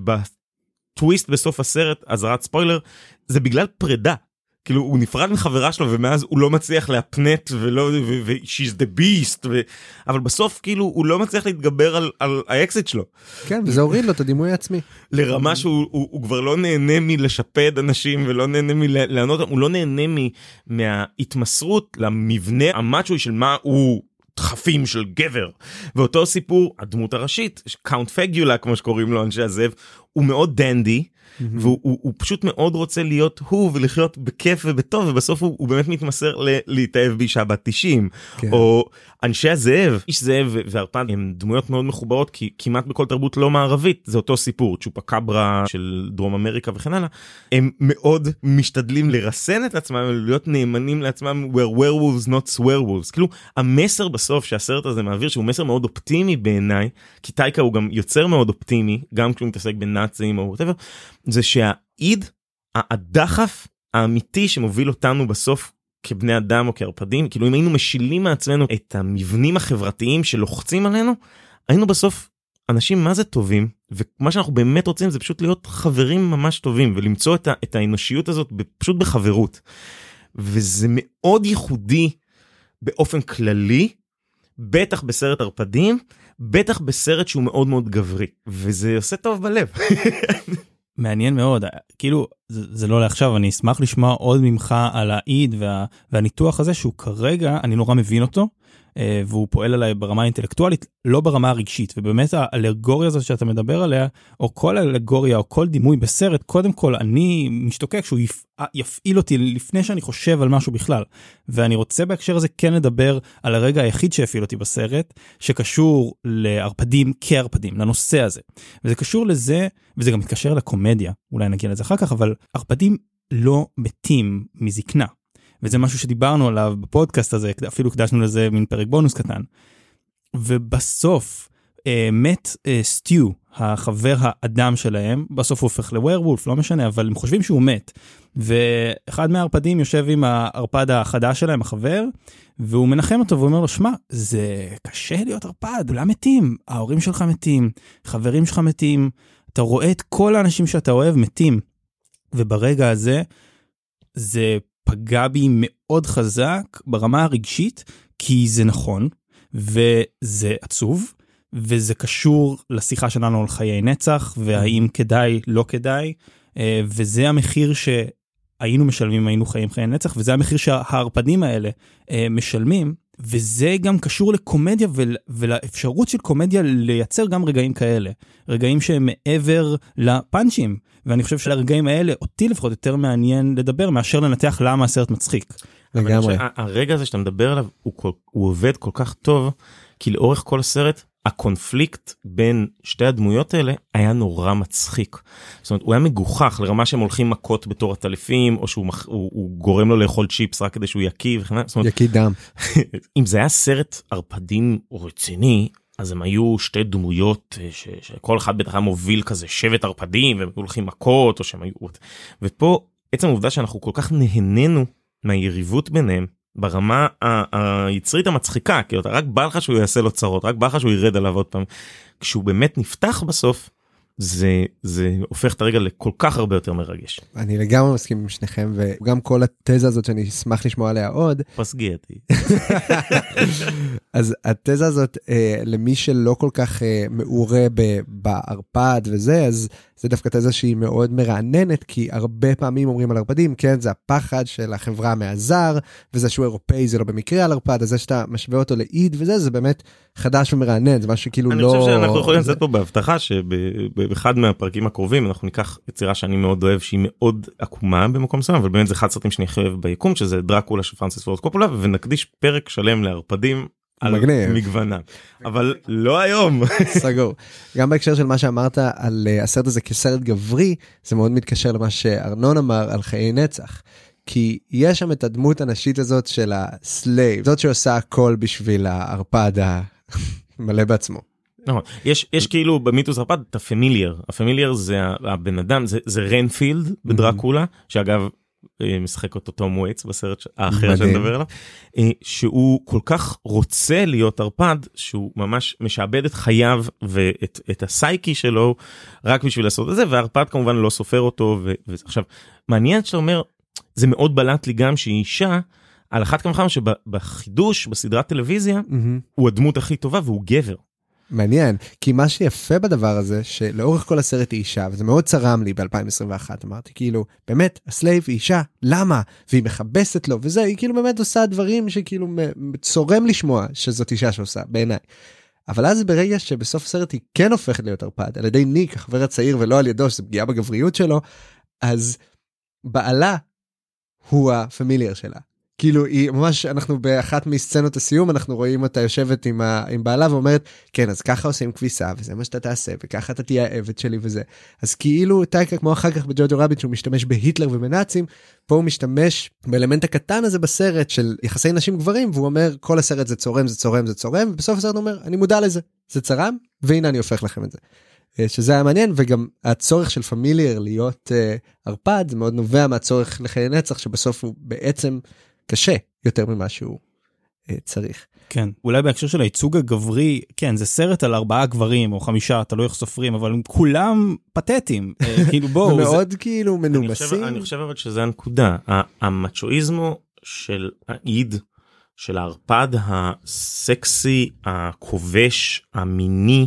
שבטוויסט בסוף הסרט, אזהרת ספוילר, זה בגלל פרידה. כאילו הוא נפרד מחברה שלו ומאז הוא לא מצליח להפנט ולא she's the beast אבל בסוף כאילו הוא לא מצליח להתגבר על האקזיט שלו. כן, וזה הוריד לו את הדימוי העצמי. לרמה שהוא כבר לא נהנה מלשפד אנשים ולא נהנה מלענות, הוא לא נהנה מההתמסרות למבנה המאצ'וי של מה הוא דחפים של גבר. ואותו סיפור, הדמות הראשית, קאונט פגולה כמו שקוראים לו אנשי הזאב, הוא מאוד דנדי, והוא פשוט מאוד רוצה להיות הוא ולחיות בכיף ובטוב, ובסוף הוא באמת מתמסר להתאהב באישה בת 90. או אנשי הזאב, איש זאב וערפד הם דמויות מאוד מחוברות, כי כמעט בכל תרבות לא מערבית זה אותו סיפור, צ'ופה קברה של דרום אמריקה וכן הלאה, הם מאוד משתדלים לרסן את עצמם, להיות נאמנים לעצמם, where werewolves not swearwolves. כאילו המסר בסוף שהסרט הזה מעביר, שהוא מסר מאוד אופטימי בעיניי, כי טייקה הוא גם יוצר מאוד אופטימי, גם כשהוא מתעסק בנאצים או whatever, זה שהעיד, הדחף האמיתי שמוביל אותנו בסוף כבני אדם או כערפדים, כאילו אם היינו משילים מעצמנו את המבנים החברתיים שלוחצים עלינו, היינו בסוף אנשים מה זה טובים, ומה שאנחנו באמת רוצים זה פשוט להיות חברים ממש טובים, ולמצוא את האנושיות הזאת פשוט בחברות. וזה מאוד ייחודי באופן כללי, בטח בסרט ערפדים, בטח בסרט שהוא מאוד מאוד גברי, וזה עושה טוב בלב. מעניין מאוד, כאילו זה לא לעכשיו, אני אשמח לשמוע עוד ממך על העיד והניתוח הזה שהוא כרגע, אני נורא מבין אותו, והוא פועל עליי ברמה האינטלקטואלית, לא ברמה הרגשית, ובאמת האלגוריה הזאת שאתה מדבר עליה, או כל אלגוריה, או כל דימוי בסרט, קודם כל אני משתוקק שהוא יפעיל אותי לפני שאני חושב על משהו בכלל, ואני רוצה בהקשר הזה כן לדבר על הרגע היחיד שהפעיל אותי בסרט, שקשור לערפדים כערפדים, לנושא הזה, וזה קשור לזה, וזה גם מתקשר לקומדיה, אולי נגיע לזה אחר כך, אבל ערפדים לא מתים מזקנה. וזה משהו שדיברנו עליו בפודקאסט הזה, אפילו הקדשנו לזה מין פרק בונוס קטן. ובסוף, מת סטיו, החבר האדם שלהם, בסוף הוא הופך לווירוולף, לא משנה, אבל הם חושבים שהוא מת. ואחד מהערפדים יושב עם הערפד החדש שלהם, החבר, והוא מנחם אותו ואומר לו, שמע, זה קשה להיות ערפד, כולם מתים, ההורים שלך מתים, חברים שלך מתים, אתה רואה את כל האנשים שאתה אוהב מתים. וברגע הזה, זה פגע בי מאוד חזק ברמה הרגשית, כי זה נכון, וזה עצוב, וזה קשור לשיחה שלנו על חיי נצח, והאם כדאי, לא כדאי, וזה המחיר שהיינו משלמים, היינו חיים חיי נצח, וזה המחיר שהערפדים האלה משלמים, וזה גם קשור לקומדיה, ולאפשרות של קומדיה לייצר גם רגעים כאלה, רגעים שהם מעבר לפאנצ'ים, ואני חושב שלרגעים האלה, אותי לפחות יותר מעניין לדבר, מאשר לנתח למה הסרט מצחיק. לגמרי. הרגע הזה שאתה מדבר עליו, הוא עובד כל כך טוב, כי לאורך כל הסרט, הקונפליקט בין שתי הדמויות האלה היה נורא מצחיק. זאת אומרת, הוא היה מגוחך לרמה שהם הולכים מכות בתור הטלפים, או שהוא גורם לו לאכול צ'יפס רק כדי שהוא יקיא. יקיא דם. אם זה היה סרט ערפדים רציני, אז הם היו שתי דמויות שכל אחד בטח היה מוביל כזה שבט ערפדים, והם הולכים מכות, או שהם היו... ופה, עצם העובדה שאנחנו כל כך נהנינו מהיריבות ביניהם, ברמה היצרית המצחיקה, כאילו, רק בא לך שהוא יעשה לו צרות, רק בא לך שהוא ירד עליו עוד פעם. כשהוא באמת נפתח בסוף, זה הופך את הרגע לכל כך הרבה יותר מרגש. אני לגמרי מסכים עם שניכם, וגם כל התזה הזאת שאני אשמח לשמוע עליה עוד. פסגייתי. אז התזה הזאת, למי שלא כל כך מעורה בערפד וזה, אז זה דווקא תזה שהיא מאוד מרעננת, כי הרבה פעמים אומרים על ערפדים, כן, זה הפחד של החברה מהזר, וזה שהוא אירופאי, זה לא במקרה על ערפד, אז זה שאתה משווה אותו לאיד וזה, זה באמת חדש ומרענן, זה משהו שכאילו אני לא... חושב שאנחנו יכולים לצאת פה בהבטחה, שבאחד מהפרקים הקרובים, אנחנו ניקח יצירה שאני מאוד אוהב, שהיא מאוד עקומה במקום מסוים, אבל באמת זה אחד סרטים שאני חייב ביקום, שזה דרקולה של פרנסיס פורד קופולה, ונקדיש פרק שלם לערפדים, על מגוונה, אבל לא היום. סגור. גם בהקשר של מה שאמרת על הסרט הזה כסרט גברי, זה מאוד מתקשר למה שארנון אמר על חיי נצח. כי יש שם את הדמות הנשית הזאת של הסלייב, זאת שעושה הכל בשביל הערפד המלא בעצמו. נכון, יש כאילו במיתוס ערפד את הפמיליאר, הפמיליאר זה הבן אדם, זה רנפילד בדרקולה, שאגב, משחק אותו תום וייטס בסרט האחר שנדבר עליו, שהוא כל כך רוצה להיות ערפד, שהוא ממש משעבד את חייו ואת הסייקי שלו, רק בשביל לעשות את זה, והערפד כמובן לא סופר אותו, ועכשיו, מעניין שאתה אומר, זה מאוד בלט לי גם שהיא אישה, על אחת כמה שבחידוש, בסדרת טלוויזיה, הוא הדמות הכי טובה והוא גבר. מעניין, כי מה שיפה בדבר הזה, שלאורך כל הסרט היא אישה, וזה מאוד צרם לי ב-2021, אמרתי, כאילו, באמת, הסלייב היא אישה, למה? והיא מחבסת לו, וזה, היא כאילו באמת עושה דברים שכאילו צורם לשמוע שזאת אישה שעושה, בעיניי. אבל אז ברגע שבסוף הסרט היא כן הופכת להיות ערפד, על ידי ניק, החבר הצעיר, ולא על ידו, שזה פגיעה בגבריות שלו, אז בעלה הוא הפמיליאר שלה. כאילו, היא ממש, אנחנו באחת מסצנות הסיום, אנחנו רואים אותה יושבת עם בעלה ואומרת, כן, אז ככה עושים כביסה, וזה מה שאתה תעשה, וככה אתה תהיה העבד שלי וזה. אז כאילו, טייקה, כמו אחר כך בג'וג'ו רביט, שהוא משתמש בהיטלר ובנאצים, פה הוא משתמש באלמנט הקטן הזה בסרט, של יחסי נשים גברים, והוא אומר, כל הסרט זה צורם, זה צורם, זה צורם, ובסוף הסרט הוא אומר, אני מודע לזה, זה צרם, והנה אני הופך לכם את זה. שזה היה מעניין, וגם הצורך של פמיליאר להיות ערפד, זה מאוד נובע מהצורך לחיי נצח, שבסוף הוא בעצם קשה יותר ממה שהוא צריך. כן, אולי בהקשר של הייצוג הגברי, כן, זה סרט על 4 גברים או 5, תלוי איך סופרים, אבל הם כולם פתטיים, כאילו בואו. ומאוד כאילו מנומסים. אני חושב אבל שזה הנקודה, המצ'ואיזמו של העיד, של הערפד הסקסי, הכובש, המיני,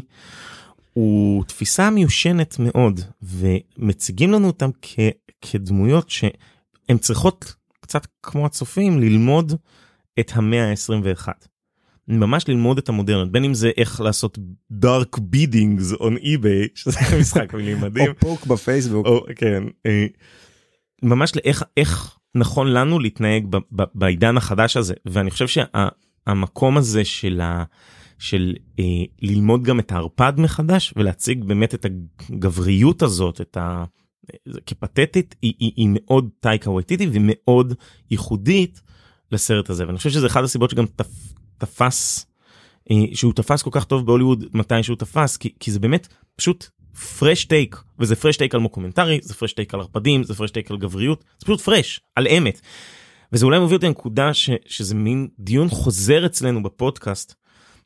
הוא תפיסה מיושנת מאוד, ומציגים לנו אותם כדמויות שהן צריכות קצת כמו הצופים ללמוד את המאה ה-21. ממש ללמוד את המודרנות, בין אם זה איך לעשות dark biddings on eBay, שזה משחק מילים מדהים. או פוק בפייסבוק. כן. ממש איך נכון לנו להתנהג בעידן החדש הזה, ואני חושב שהמקום הזה של ללמוד גם את הערפד מחדש, ולהציג באמת את הגבריות הזאת, כפתטית, היא מאוד טייקה וייטיטי, ומאוד ייחודית לסרט הזה, ואני חושב שזה אחד הסיבות שגם תפס, שהוא תפס כל כך טוב בהוליווד מתי שהוא תפס, כי זה באמת פשוט פרש טייק, וזה פרש טייק על מוקומנטרי, זה פרש טייק על ערפדים, זה פרש טייק על גבריות, זה פשוט פרש, על אמת. וזה אולי מוביל אותי לנקודה שזה מין דיון חוזר אצלנו בפודקאסט,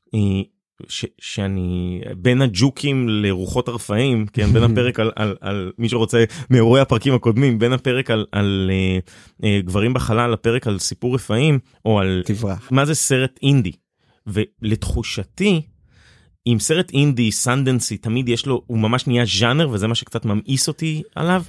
שאני בין הג'וקים לרוחות הרפאים, כן, בין הפרק על מי שרוצה מאירועי הפרקים הקודמים, בין הפרק על גברים בחלל, לפרק על סיפור רפאים, או על תברח. מה זה סרט אינדי. ולתחושתי, עם סרט אינדי, סנדנסי, תמיד יש לו, הוא ממש נהיה ז'אנר, וזה מה שקצת ממאיס אותי עליו,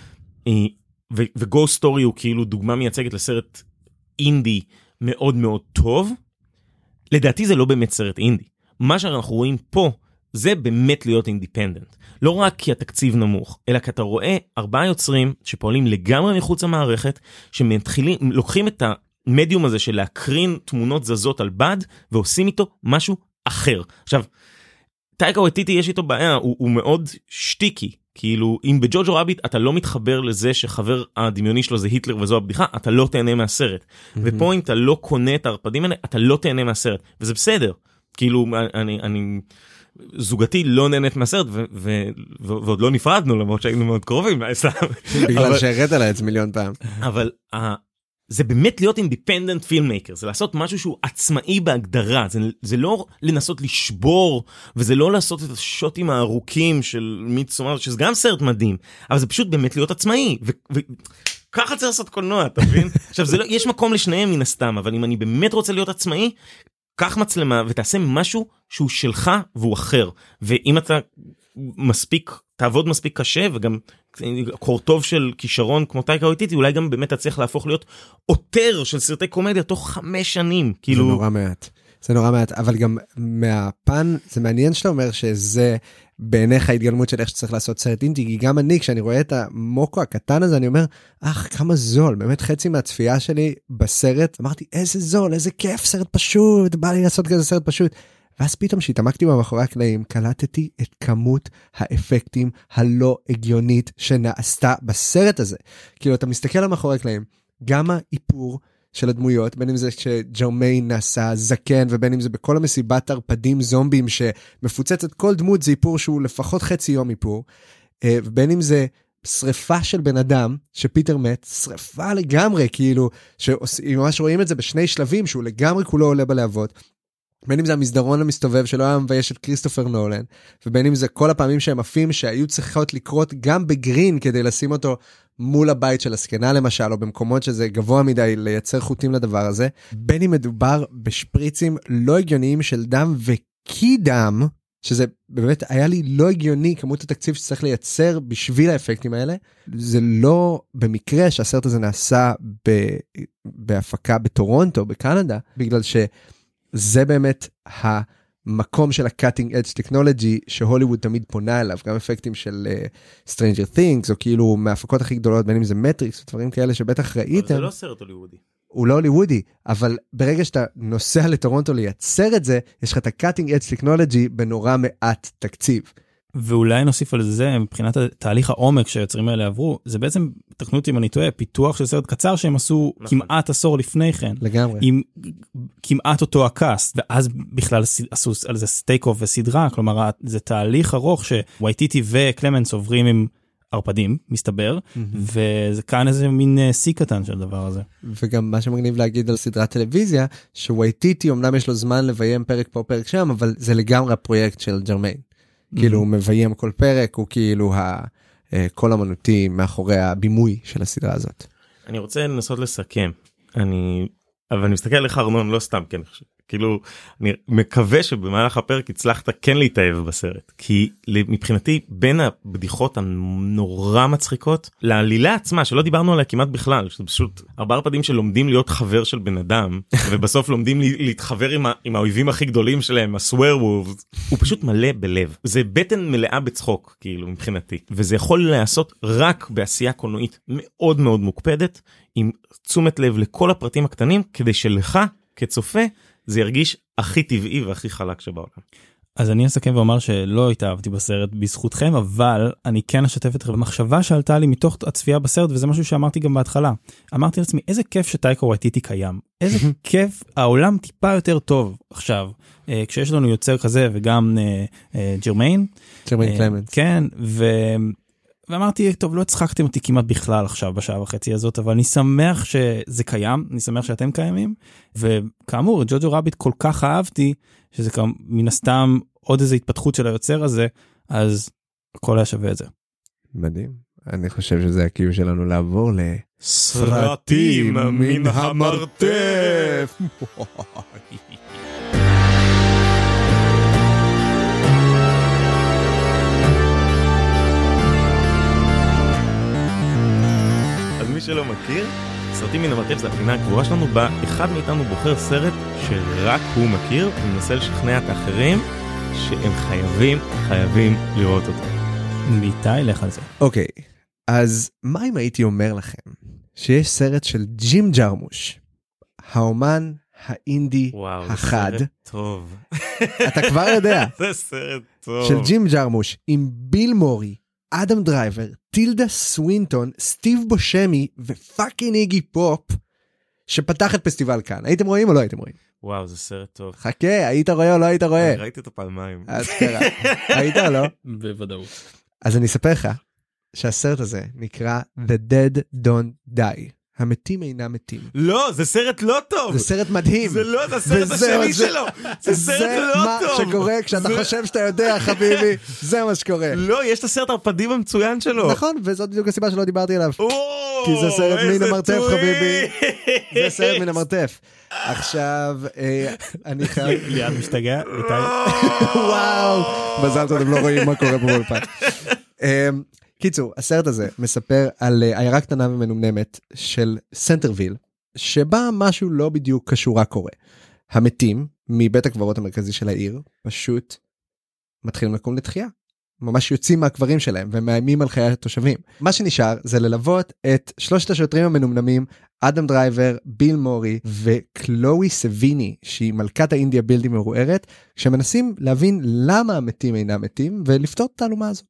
וגו סטורי הוא כאילו דוגמה מייצגת לסרט אינדי מאוד מאוד טוב. לדעתי זה לא באמת סרט אינדי. מה שאנחנו רואים פה, זה באמת להיות אינדיפנדנט. לא רק כי התקציב נמוך, אלא כי אתה רואה 4 יוצרים שפועלים לגמרי מחוץ למערכת, שמתחילים, לוקחים את המדיום הזה של להקרין תמונות זזות על בד, ועושים איתו משהו אחר. עכשיו, טייקה וייטיטי יש איתו בעיה, הוא מאוד שטיקי. כאילו, אם בג'וג'ו רביט אתה לא מתחבר לזה שחבר הדמיוני שלו זה היטלר וזו הבדיחה, אתה לא תהנה מהסרט. ופה אם אתה לא קונה את הערפדים האלה, אתה לא תהנה מהסרט. וזה בסדר. כאילו, אני זוגתי לא נהנית מהסרט, ועוד לא נפרדנו, למרות שהיינו מאוד קרובים. בגלל שהראית לה את מיליון פעם. אבל זה באמת להיות אינדיפנדנט פילממייקר, זה לעשות משהו שהוא עצמאי בהגדרה, זה לא לנסות לשבור, וזה לא לעשות את השוטים הארוכים של מידסומר, שזה גם סרט מדהים, אבל זה פשוט באמת להיות עצמאי, וככה צריך לעשות קולנוע, אתה מבין? עכשיו, יש מקום לשניהם מן הסתם, אבל אם אני באמת רוצה להיות עצמאי, קח מצלמה ותעשה משהו שהוא שלך והוא אחר, ואם אתה תעבוד מספיק קשה, וגם קור טוב של כישרון כמו טייקה וייטיטי, אולי גם באמת תצליח להפוך להיות עותר של סרטי קומדיה תוך 5 שנים. זה נורא מעט. זה נורא מעט, אבל גם מהפן, זה מעניין שאתה אומר שזה בעיניך ההתגלמות של איך שצריך לעשות סרט אינדי, כי גם אני, כשאני רואה את המוקו הקטן הזה, אני אומר, כמה זול, באמת חצי מהצפייה שלי בסרט, אמרתי, איזה זול, איזה כיף, סרט פשוט, בא לי לעשות כזה סרט פשוט. ואז פתאום שהתעמקתי במאחורי הקלעים, קלטתי את כמות האפקטים הלא הגיונית שנעשתה בסרט הזה. כאילו, אתה מסתכל על מאחורי הקלעים, גם האיפור של הדמויות, בין אם זה שג'רמיין נעשה זקן, ובין אם זה בכל המסיבת ערפדים זומבים, שמפוצץ את כל דמות, זה איפור שהוא לפחות חצי יום איפור, ובין אם זה שריפה של בן אדם, שפיטר מת, שריפה לגמרי, כאילו, שממש רואים את זה בשני שלבים, שהוא לגמרי כולו עולה בלהבות, בין אם זה המסדרון המסתובב שלא היה מבייש את כריסטופר נולן, ובין אם זה כל הפעמים שהם עפים שהיו צריכות לקרות גם בגרין כדי לשים אותו מול הבית של הסקנה למשל, או במקומות שזה גבוה מדי לייצר חוטים לדבר הזה, בין אם מדובר בשפריצים לא הגיוניים של דם וקי דם, שזה באמת היה לי לא הגיוני כמות התקציב שצריך לייצר בשביל האפקטים האלה, זה לא במקרה שהסרט הזה נעשה בהפקה בטורונטו, בקנדה, בגלל זה באמת המקום של ה-cutting edge technology שהוליווד תמיד פונה אליו, גם אפקטים של Stranger Things, או כאילו מההפקות הכי גדולות, בין אם זה מטריקס, ודברים כאלה שבטח ראיתם. אבל זה לא סרט הוליוודי. הוא לא הוליוודי, אבל ברגע שאתה נוסע לטורונטו לייצר את זה, יש לך את ה-cutting edge technology בנורא מעט תקציב. ואולי נוסיף על זה, מבחינת תהליך העומק שהיוצרים האלה עברו, זה בעצם, תקנו אותי אם אני טועה, פיתוח של סרט קצר שהם עשו כמעט עשור לפני כן. לגמרי. עם כמעט אותו הקאסט, ואז בכלל עשו על זה סטייק-אוף וסדרה, כלומר, זה תהליך ארוך שווייטיטי וקלמנס עוברים עם ערפדים, מסתבר, וזה כאן איזה מין שיא קטן של הדבר הזה. וגם מה שמגניב להגיד על סדרת טלוויזיה, שווייטיטי אמנם יש לו זמן לביים פרק פה פרק שם, אבל זה לגמרי הפרויקט של ג'רמיין. כאילו הוא מביים כל פרק, הוא כאילו כל אמנותי מאחורי הבימוי של הסדרה הזאת. אני רוצה לנסות לסכם, אבל אני מסתכל עליך ארנון, לא סתם, כן, כאילו, אני מקווה שבמהלך הפרק הצלחת כן להתאהב בסרט, כי מבחינתי בין הבדיחות הנורא מצחיקות לעלילה עצמה, שלא דיברנו עליה כמעט בכלל, שזה פשוט 4 ערפדים שלומדים להיות חבר של בן אדם, ובסוף לומדים להתחבר עם האויבים הכי גדולים שלהם, הסוורוולפס, הוא פשוט מלא בלב. זה בטן מלאה בצחוק, כאילו, מבחינתי. וזה יכול לעשות רק בעשייה קולנועית מאוד מאוד מוקפדת, עם תשומת לב לכל הפרטים הקטנים, כדי שלך, כצופה, זה ירגיש הכי טבעי והכי חלק שבעולם. אז אני אסכם ואומר שלא התאהבתי בסרט בזכותכם, אבל אני כן אשתף אתכם במחשבה שעלתה לי מתוך הצפייה בסרט, וזה משהו שאמרתי גם בהתחלה. אמרתי לעצמי, איזה כיף שטייקה וייטיטי קיים. איזה כיף, העולם טיפה יותר טוב עכשיו, כשיש לנו יוצר כזה, וגם ג'רמיין. ג'רמיין קלמנס. כן, ואמרתי, טוב, לא הצחקתם אותי כמעט בכלל עכשיו בשעה וחצי הזאת, אבל אני שמח שזה קיים, אני שמח שאתם קיימים, וכאמור, ג'וג'ו רביט כל כך אהבתי, שזה מן הסתם עוד איזו התפתחות של היוצר הזה, אז הכל היה שווה את זה. מדהים. אני חושב שזה הקיום שלנו לעבור סרטים מן המרתף. אז מי שלא מכיר, סרטים מן המרתף זה הפינה הקבועה שלנו, בה אחד מאיתנו בוחר סרט שרק הוא מכיר, ומנסה לשכנע את האחרים שהם חייבים לראות אותו. מיטה ילך על זה. אוקיי, אז מה אם הייתי אומר לכם שיש סרט של ג'ים ג'רמוש, האומן האינדי החד. זה סרט טוב. אתה כבר יודע. זה סרט טוב. של ג'ים ג'רמוש עם ביל מורי, אדם דרייבר, טילדה סווינטון, סטיב בושמי ופאקינג איגי פופ, שפתח את פסטיבל כאן. הייתם רואים או לא הייתם רואים? וואו, זה סרט טוב. חכה, היית רואה או לא היית רואה? ראיתי אותו פעמיים. אז קרה. היית או לא? בוודאות. אז אני אספר לך שהסרט הזה נקרא The Dead Don't Die. המתים אינם מתים. לא, זה סרט לא טוב. זה סרט מדהים. זה לא, זה הסרט השני שלו. זה סרט לא טוב. זה מה שקורה כשאתה חושב שאתה יודע, חביבי. זה מה שקורה. לא, יש את הסרט הרפדים המצוין שלו. נכון, וזאת בדיוק הסיבה שלא דיברתי עליו. כי זה סרט מן המרתף, חביבי. זה סרט מן המרתף. עכשיו, אני חייב... ליד משתגע. וואו. מזל טוב, אתם לא רואים מה קורה פה באולפן. קיצור, הסרט הזה מספר על עיירה קטנה ומנומנמת של סנטרוויל, שבה משהו לא בדיוק כשורה קורה. המתים מבית הקברות המרכזי של העיר פשוט מתחילים לקום לתחייה. ממש יוצאים מהקברים שלהם ומאיימים על חיי התושבים. מה שנשאר זה ללוות את 3 השוטרים המנומנמים, אדם דרייבר, ביל מורי וקלואי סוויני, שהיא מלכת האינדיה בלתי מעורערת, שמנסים להבין למה המתים אינם מתים ולפתור את התעלומה הזאת.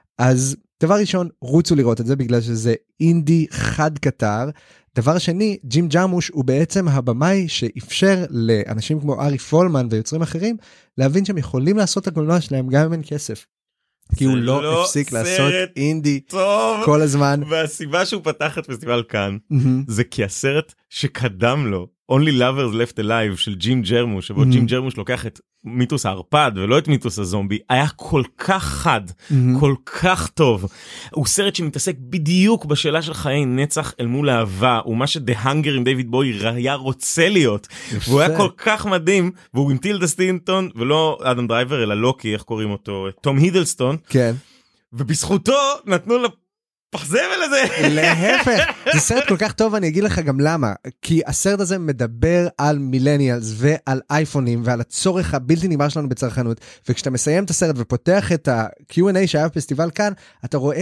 אז דבר ראשון, רוצו לראות את זה בגלל שזה אינדי חד קטר. דבר שני, ג'ים ג'רמוש הוא בעצם הבמאי שאפשר לאנשים כמו ארי פולמן ויוצרים אחרים להבין שהם יכולים לעשות את הקולנוע שלהם גם אם אין כסף. כי הוא לא הפסיק לעשות אינדי כל הזמן. והסיבה שהוא פתח את פסטיבל כאן, זה כי הסרט שקדם לו, Only Lovers Left Alive של ג'ים ג'רמוש, שבו ג'ים ג'רמוש לוקח את מיתוס הערפד ולא את מיתוס הזומבי, היה כל כך חד, כל כך טוב. הוא סרט שמתעסק בדיוק בשאלה של חיי נצח אל מול אהבה, ומה שדה הנגר עם דיוויד בוי היה רוצה להיות. והוא היה כל כך מדהים, והוא עם טילדה סטינטון, ולא אדם דרייבר, אלא לוקי, איך קוראים אותו, תום הידלסטון. כן. ובזכותו נתנו לה פחזבל לזה. להפך, זה סרט כל כך טוב, אני אגיד לך גם למה. כי הסרט הזה מדבר על מילניאלס ועל אייפונים ועל הצורך הבלתי נגמר שלנו בצרכנות, וכשאתה מסיים את הסרט ופותח את ה-Q&A שהיה בפסטיבל כאן, אתה רואה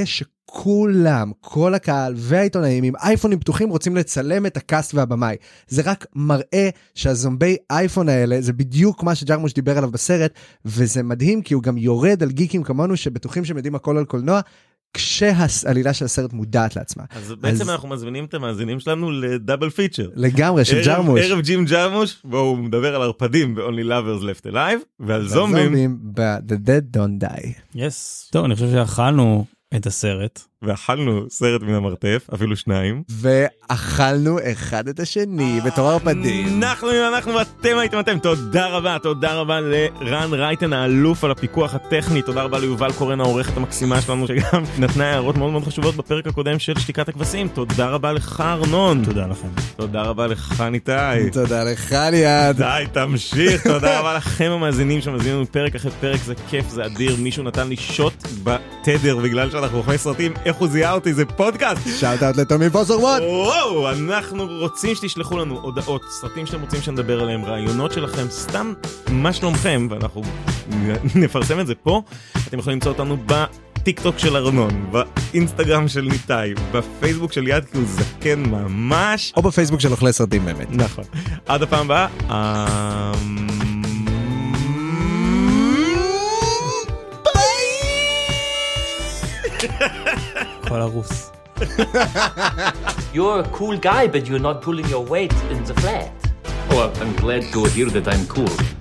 שכולם, כל הקהל והעיתונאים עם אייפונים פתוחים רוצים לצלם את הקאסט והבמאי. זה רק מראה שהזומבי אייפון האלה, זה בדיוק מה שג'רמוש דיבר עליו בסרט, וזה מדהים כי הוא גם יורד על גיקים כמונו שבטוחים שמדעים הכל על קולנוע, כשהעלילה של הסרט מודעת לעצמה. אז בעצם אנחנו מזמינים את המאזינים שלנו לדאבל פיצ'ר. לגמרי, של ג'רמוש. ערב ג'ים ג'רמוש, בו הוא מדבר על ערפדים ב-Only Lovers Left Alive, ועל זומבים ב-The Dead Don't Die. Yes. טוב, אני חושב שאכלנו את הסרט. ואכלנו סרט מן המרתף, אפילו 2. ואכלנו אחד את השני בתור ערפדים. אנחנו ואתם הייתם אתם. תודה רבה לרן רייטן האלוף על הפיקוח הטכני, תודה רבה ליובל קורן העורכת המקסימה שלנו שגם נתנה הערות מאוד מאוד חשובות בפרק הקודם של שתיקת הכבשים. תודה רבה לך ארנון. תודה לכם. תודה רבה לך ניתאי. תודה לך ליעד. די, תמשיך. תודה רבה לכם המאזינים שמאזינים לנו פרק אחרי פרק, זה כיף, זה אדיר. מישהו נתן לי שוט בתדר בגלל שאנחנו אוכלי סרטים. איך הוא זיהה אותי? זה פודקאסט. שאוט אאוט לטומי בוסרמן. וואו, אנחנו רוצים שתשלחו לנו הודעות, סרטים שאתם רוצים שנדבר עליהם, רעיונות שלכם, סתם מה שלומכם, ואנחנו נפרסם את זה פה. אתם יכולים למצוא אותנו בטיק טוק של ארנון, באינסטגרם של ניתאי, בפייסבוק של יד כי הוא זקן ממש, או בפייסבוק של אוכלי סרטים באמת. נכון. עד הפעם הבאה. כל הרוס. You're a cool guy, but you're not pulling your weight in the flat. Oh, I'm glad to hear that I'm cool.